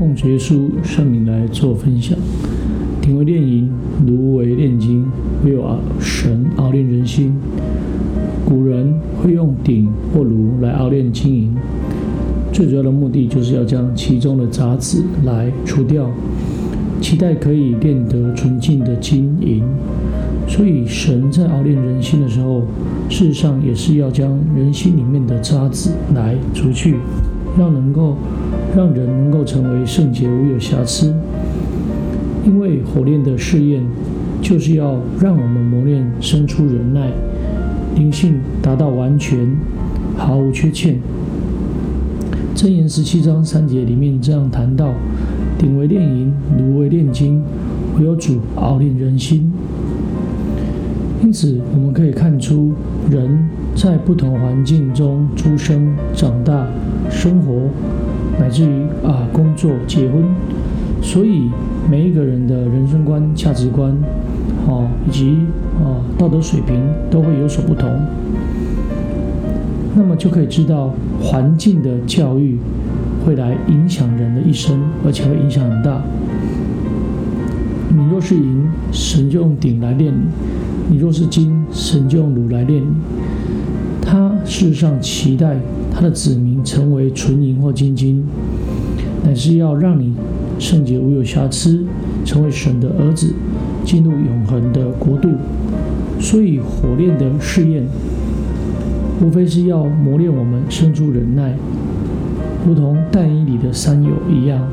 奉主耶稣圣名来做分享。鼎为炼银，炉为炼金，唯有神熬炼人心。古人会用鼎或炉来熬炼金银，最主要的目的就是要将其中的杂质来除掉，期待可以炼得纯净的金银。所以神在熬炼人心的时候，事实上也是要将人心里面的渣子来除去，让人能够成为圣洁无有瑕疵。因为火炼的试验就是要让我们磨练生出忍耐，灵性达到完全毫无缺欠。箴言17章3节里面这样谈到：鼎为炼银，炉为炼金，唯有主熬炼人心。因此我们可以看出，人在不同环境中出生、长大、生活，乃至于工作、结婚，所以每一个人的人生观、价值观，以及道德水平都会有所不同。那么就可以知道，环境的教育会来影响人的一生，而且会影响很大。你若是银，神就用鼎来炼你；你若是金，神就用炉来炼你。他事实上期待他的子民成为纯银或精金，乃是要让你圣洁无有瑕疵，成为神的儿子，进入永恒的国度。所以火炼的试验无非是要磨练我们生出忍耐，如同但以理的三友一样。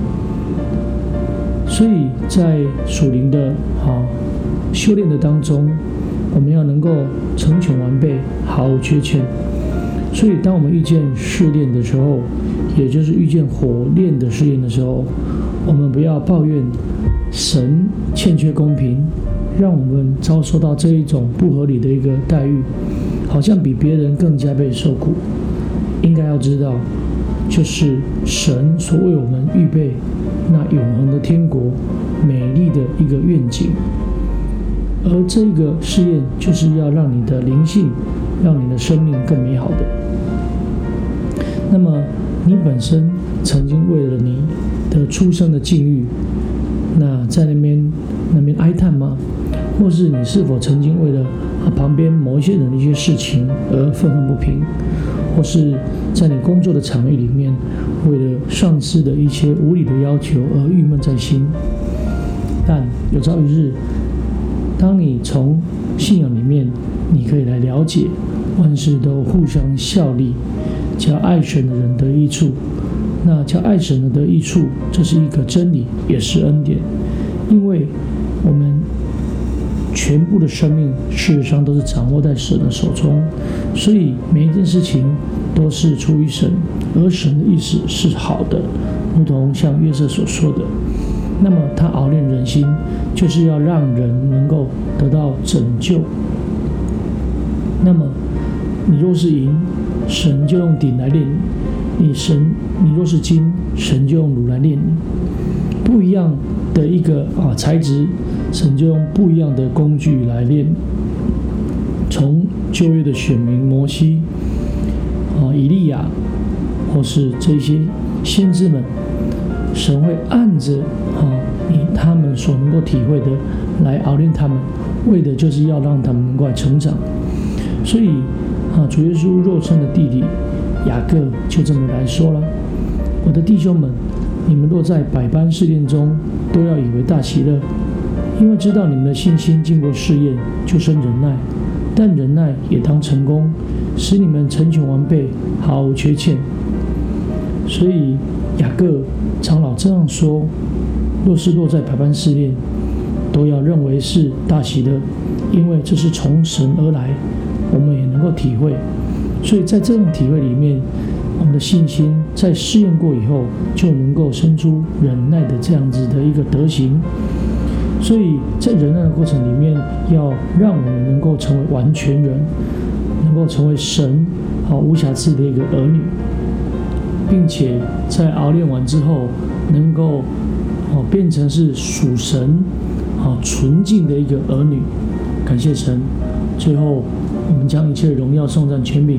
所以在属灵的修炼的当中，我们要能够成全完备，毫无缺欠。所以当我们遇见试炼的时候，也就是遇见火炼的试验的时候，我们不要抱怨神欠缺公平，让我们遭受到这一种不合理的一个待遇，好像比别人更加被受苦。应该要知道，就是神所为我们预备那永恒的天国，美丽的一个愿景。而这个试验就是要让你的灵性，让你的生命更美好的。那么你本身曾经为了你的出生的境遇，那在那边哀叹吗？或是你是否曾经为了旁边某一些人的一些事情而愤恨不平？或是在你工作的场域里面，为了上司的一些无理的要求而郁闷在心？但有朝一日，当你从信仰里面，你可以来了解万事都互相效力，叫爱神的人得益处。那叫爱神的得益处，这是一个真理，也是恩典。因为我们全部的生命事实上都是掌握在神的手中，所以每一件事情都是出于神，而神的意思是好的，如同像约瑟所说的。那么他熬炼人心，就是要让人能够得到拯救。那么你若是银，神就用鼎来炼你；你若是金，神就用炉来炼你。不一样的一个材质，神就用不一样的工具来炼。从旧约的选民摩西、以利亚，或是这些先知们，神会按着他们所能够体会的来熬炼他们，为的就是要让他们能够来成长。所以主耶稣肉身的弟弟雅各就这么来说了：我的弟兄们，你们若在百般试炼中，都要以为大喜乐，因为知道你们的信心经过试验，就生忍耐。但忍耐也当成功，使你们成全完备，毫无缺欠。所以雅各长老这样说：若是落在百般试炼，都要认为是大喜乐，因为这是从神而来，我们也能够体会。所以在这种体会里面，我们的信心在试验过以后，就能够生出忍耐的这样子的一个德行。所以在忍耐的过程里面，要让我们能够成为完全人，能够成为神无瑕疵的一个儿女，并且在熬炼完之后，能够变成是属神纯净的一个儿女。感谢神。最后我们将一切荣耀颂赞权柄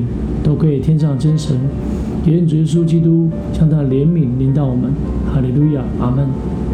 都归给天上真神。也愿主耶稣基督将他的怜悯临到我们。哈利路亚，阿门。